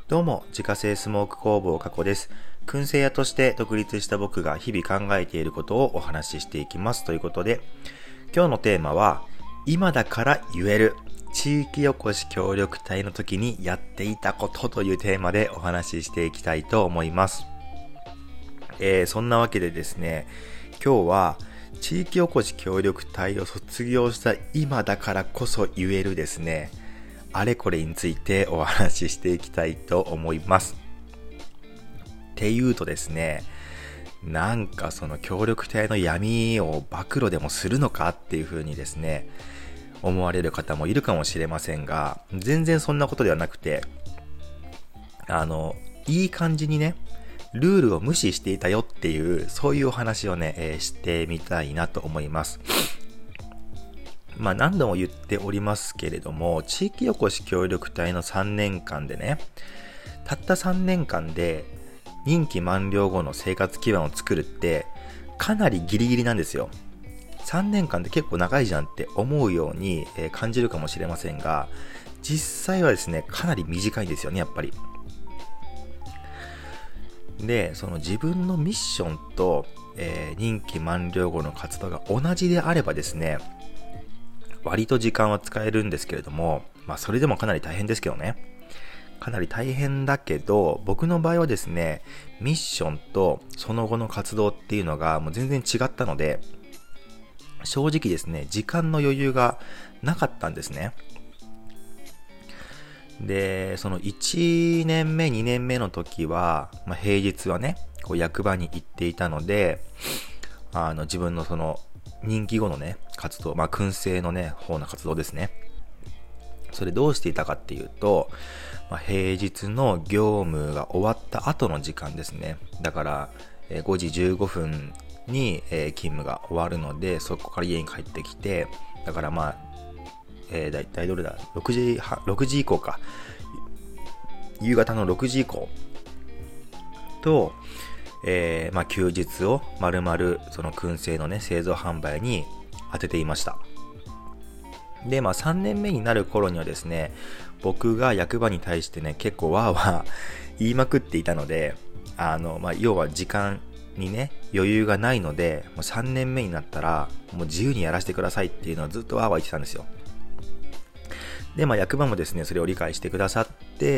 どうも、自家製スモーク工房加古です。燻製屋として独立した僕が日々考えていることをお話ししていきますということで、今日のテーマは、今だから言える地域おこし協力隊の時にやっていたことというテーマでお話ししていきたいと思います。そんなわけでですね、今日は地域おこし協力隊を卒業した今だからこそ言えるですね、あれこれについてお話ししていきたいと思います。っていうとですね、なんかその協力隊の闇を暴露でもするのかっていう風にですね、思われる方もいるかもしれませんが、全然そんなことではなくて、いい感じにね、ルールを無視していたよっていう、そういうお話をね、してみたいなと思います。何度も言っておりますけれども、地域おこし協力隊の3年間でね、たった3年間で任期満了後の生活基盤を作るってかなりギリギリなんですよ。3年間って結構長いじゃんって思うように感じるかもしれませんが、実際はですね、かなり短いんですよね、やっぱり。で、その自分のミッションと、任期満了後の活動が同じであればですね、割と時間は使えるんですけれども、それでもかなり大変ですけどね。かなり大変だけど、僕の場合はですね、ミッションとその後の活動っていうのがもう全然違ったので、正直ですね、時間の余裕がなかったんですね。で、その1年目、2年目の時は、平日はね、こう役場に行っていたので、自分のその任期後のね、活動、燻製のね、方の活動ですね。それどうしていたかっていうと、平日の業務が終わった後の時間ですね。だから、5時15分に勤務が終わるので、そこから家に帰ってきて、だからだいたいどれだ ?6 時以降か。夕方の6時以降と、休日を丸々その燻製のね、製造販売に当てていました。で、3年目になる頃にはですね、僕が役場に対してね、結構わーわー言いまくっていたので、要は時間にね、余裕がないので、もう3年目になったら、もう自由にやらせてくださいっていうのをずっとわーわー言ってたんですよ。で、役場もですね、それを理解してくださって、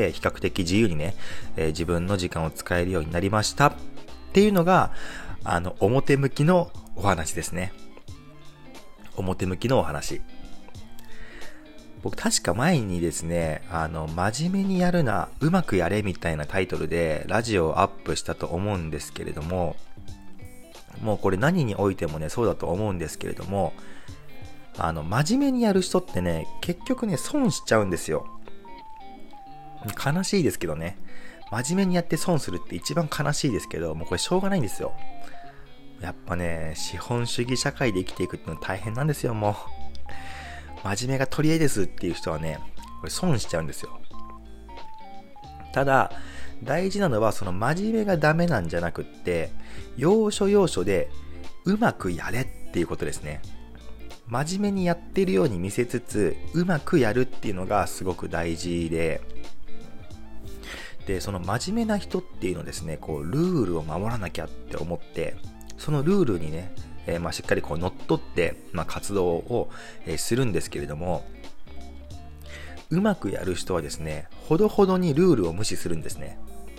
比較的自由にね、自分の時間を使えるようになりましたっていうのが、表向きのお話ですね。表向きのお話。僕確か前にですね、真面目にやるな、うまくやれみたいなタイトルでラジオをアップしたと思うんですけれども、もうこれ何においてもね、そうだと思うんですけれども、真面目にやる人ってね、結局ね、損しちゃうんですよ。悲しいですけどね。真面目にやって損するって一番悲しいですけど、もうこれしょうがないんですよ。やっぱね、資本主義社会で生きていくってのは大変なんですよ、もう。真面目が取り柄ですっていう人はね、これ損しちゃうんですよ。ただ、大事なのはその真面目がダメなんじゃなくって、要所要所でうまくやれっていうことですね。真面目にやってるように見せつつ、うまくやるっていうのがすごく大事で、その真面目な人っていうのですね、こう、ルールを守らなきゃって思って、そのルールにね、しっかりこう乗っ取って、活動を、するんですけれども、うまくやる人はですね、ほどほどにルールを無視するんですね。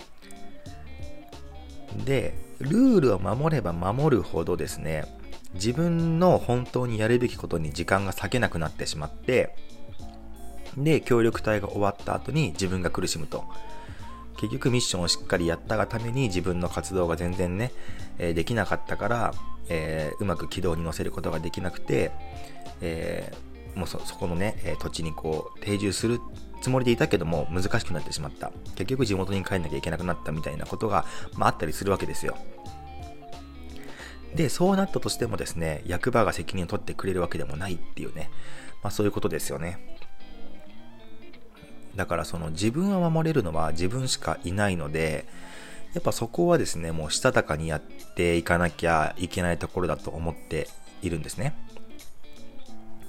で、ルールを守れば守るほどですね、自分の本当にやるべきことに時間が割けなくなってしまって、で、協力隊が終わった後に自分が苦しむと。結局ミッションをしっかりやったがために自分の活動が全然ね、できなかったから、うまく軌道に乗せることができなくて、もうそこのね、土地にこう定住するつもりでいたけども難しくなってしまった。結局地元に帰んなきゃいけなくなったみたいなことが、あったりするわけですよ。で、そうなったとしてもですね、役場が責任を取ってくれるわけでもないっていうね、そういうことですよね。だからその自分を守れるのは自分しかいないので、やっぱそこはですね、もうしたたかにやっていかなきゃいけないところだと思っているんですね。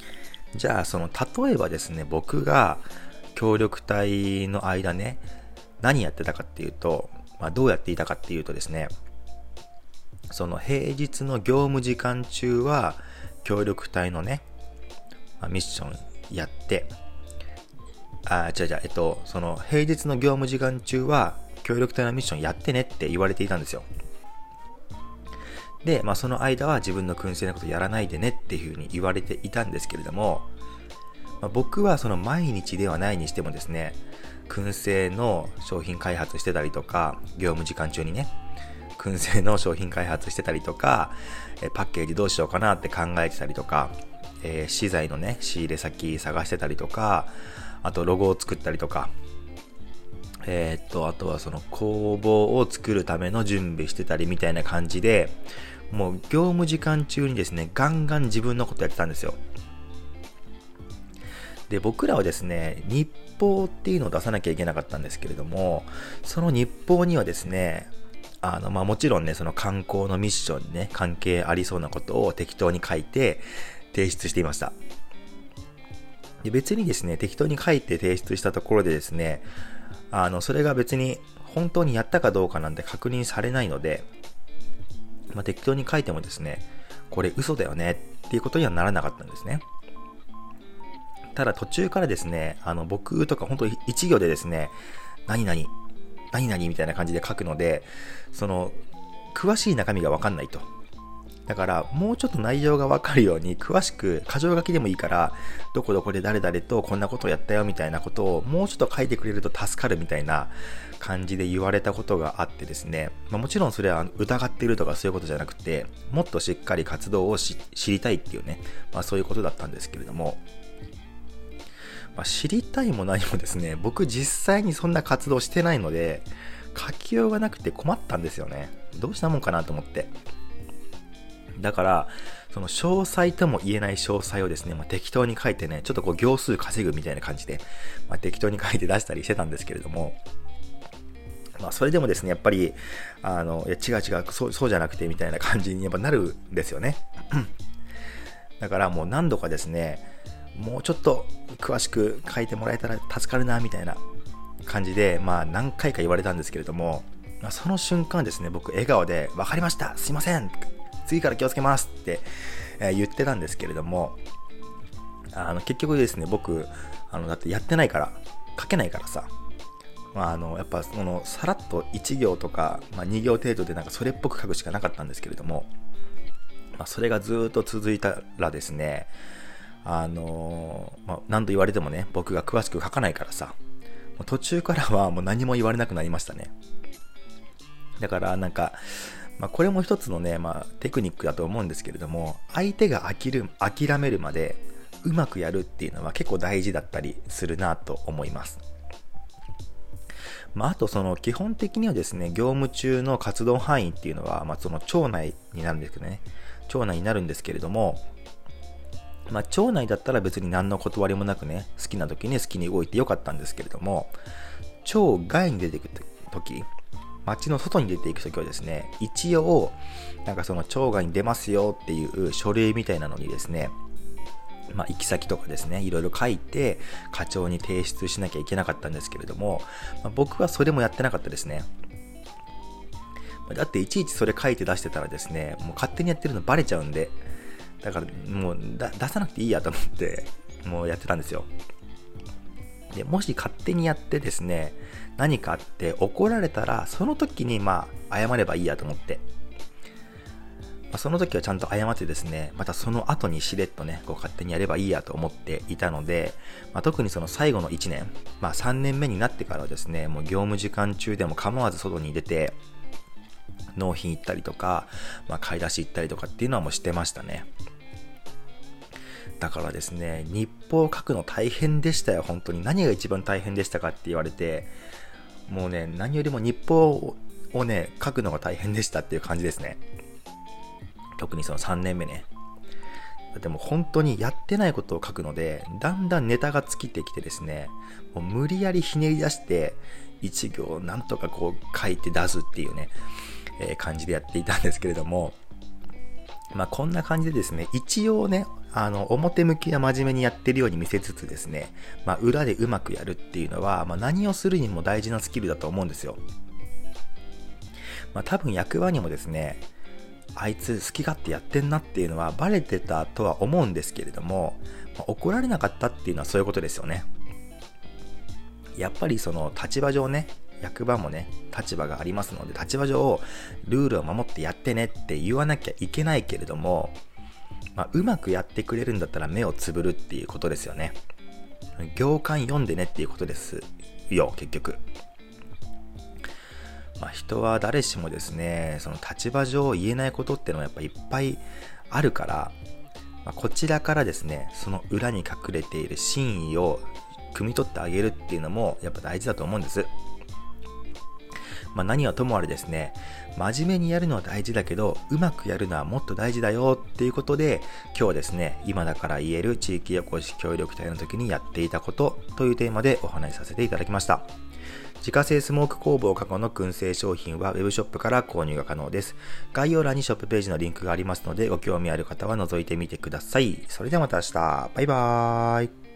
じゃあ例えばですね、僕が協力隊の間ね、 何やってたかっていうと、どうやっていたかっていうとですね、その平日の業務時間中は協力隊のね、ミッションやって、その平日の業務時間中は協力隊のミッションやってねって言われていたんですよ。で、その間は自分の燻製のことやらないでねっていうふうに言われていたんですけれども、僕はその毎日ではないにしてもですね、燻製の商品開発してたりとか、業務時間中にね、燻製の商品開発してたりとか、パッケージどうしようかなって考えてたりとか、資材のね、仕入れ先探してたりとか、あとロゴを作ったりとか、あとはその工房を作るための準備してたりみたいな感じで、もう業務時間中にですね、ガンガン自分のことやってたんですよ。で、僕らはですね、日報っていうのを出さなきゃいけなかったんですけれども、その日報にはですね、もちろんね、その観光のミッションにね、関係ありそうなことを適当に書いて提出していました。で、別にですね、適当に書いて提出したところでですね、それが別に本当にやったかどうかなんて確認されないので、適当に書いてもですね、これ嘘だよねっていうことにはならなかったんですね。ただ途中からですね、僕とか本当に一行でですね、何々みたいな感じで書くので、その詳しい中身がわかんないと。だからもうちょっと内容がわかるように詳しく箇条書きでもいいから、どこどこで誰々とこんなことをやったよみたいなことをもうちょっと書いてくれると助かるみたいな感じで言われたことがあってですね、もちろんそれは疑っているとかそういうことじゃなくて、もっとしっかり活動を知りたいっていうね、そういうことだったんですけれども、知りたいも何もですね、僕実際にそんな活動してないので、書きようがなくて困ったんですよね。どうしたもんかなと思って。だから、その詳細とも言えない詳細をですね、適当に書いてね、ちょっと行数稼ぐみたいな感じで、適当に書いて出したりしてたんですけれども、それでもですね、やっぱり、いや違う、そうじゃなくてみたいな感じにやっぱなるんですよね。だからもう何度かですね、もうちょっと詳しく書いてもらえたら助かるなみたいな感じで、何回か言われたんですけれども、その瞬間ですね、僕笑顔で分かりました、すいません、次から気をつけますって言ってたんですけれども、結局ですね、僕だってやってないから書けないからさ、やっぱそのさらっと1行とか、2行程度でなんかそれっぽく書くしかなかったんですけれども、それがずっと続いたらですね、何度言われてもね、僕が詳しく書かないからさ、途中からはもう何も言われなくなりましたね。だからなんか、これも一つのね、テクニックだと思うんですけれども、相手が諦めるまでうまくやるっていうのは結構大事だったりするなと思います。あとその基本的にはですね、業務中の活動範囲っていうのは、その町内になるんですけどね、町内になるんですけれども、町内だったら別に何の断りもなくね、好きな時に好きに動いてよかったんですけれども、町外に出ていく時、町の外に出ていく時はですね、一応なんかその町外に出ますよっていう書類みたいなのにですね、行き先とかですね、いろいろ書いて課長に提出しなきゃいけなかったんですけれども、僕はそれもやってなかったですね。だっていちいちそれ書いて出してたらですね、もう勝手にやってるのバレちゃうんで、だからもう出さなくていいやと思ってもうやってたんですよ。で、もし勝手にやってですね、何かあって怒られたらその時に謝ればいいやと思って、その時はちゃんと謝ってですね、またその後にしれっとね、勝手にやればいいやと思っていたので、特にその最後の1年、3年目になってからはですね、もう業務時間中でも構わず外に出て納品行ったりとか、買い出し行ったりとかっていうのはもうしてましたね。だからですね、日報を書くの大変でしたよ、本当に。何が一番大変でしたかって言われて、もうね、何よりも日報をね、書くのが大変でしたっていう感じですね。特にその3年目ね。でも本当にやってないことを書くので、だんだんネタが尽きてきてですね、もう無理やりひねり出して一行なんとか書いて出すっていうね、感じでやっていたんですけれども、 こんな感じでですね、一応ね、表向きは真面目にやってるように見せつつですね、裏でうまくやるっていうのは、何をするにも大事なスキルだと思うんですよ。多分役場にもですね、あいつ好き勝手やってんなっていうのはバレてたとは思うんですけれども、怒られなかったっていうのはそういうことですよね。やっぱりその立場上ね、役場もね、立場がありますので、立場上ルールを守ってやってねって言わなきゃいけないけれども、うまくやってくれるんだったら目をつぶるっていうことですよね。行間読んでねっていうことですよ、結局。人は誰しもですね、その立場上言えないことってのはやっぱいっぱいあるから、こちらからですね、その裏に隠れている真意を汲み取ってあげるっていうのもやっぱ大事だと思うんです。何はともあれですね、真面目にやるのは大事だけど、うまくやるのはもっと大事だよっていうことで、今日はですね、今だから言える地域おこし協力隊の時にやっていたことというテーマでお話しさせていただきました。自家製スモーク工房過去の燻製商品はウェブショップから購入が可能です。概要欄にショップページのリンクがありますので、ご興味ある方は覗いてみてください。それではまた明日。バイバーイ。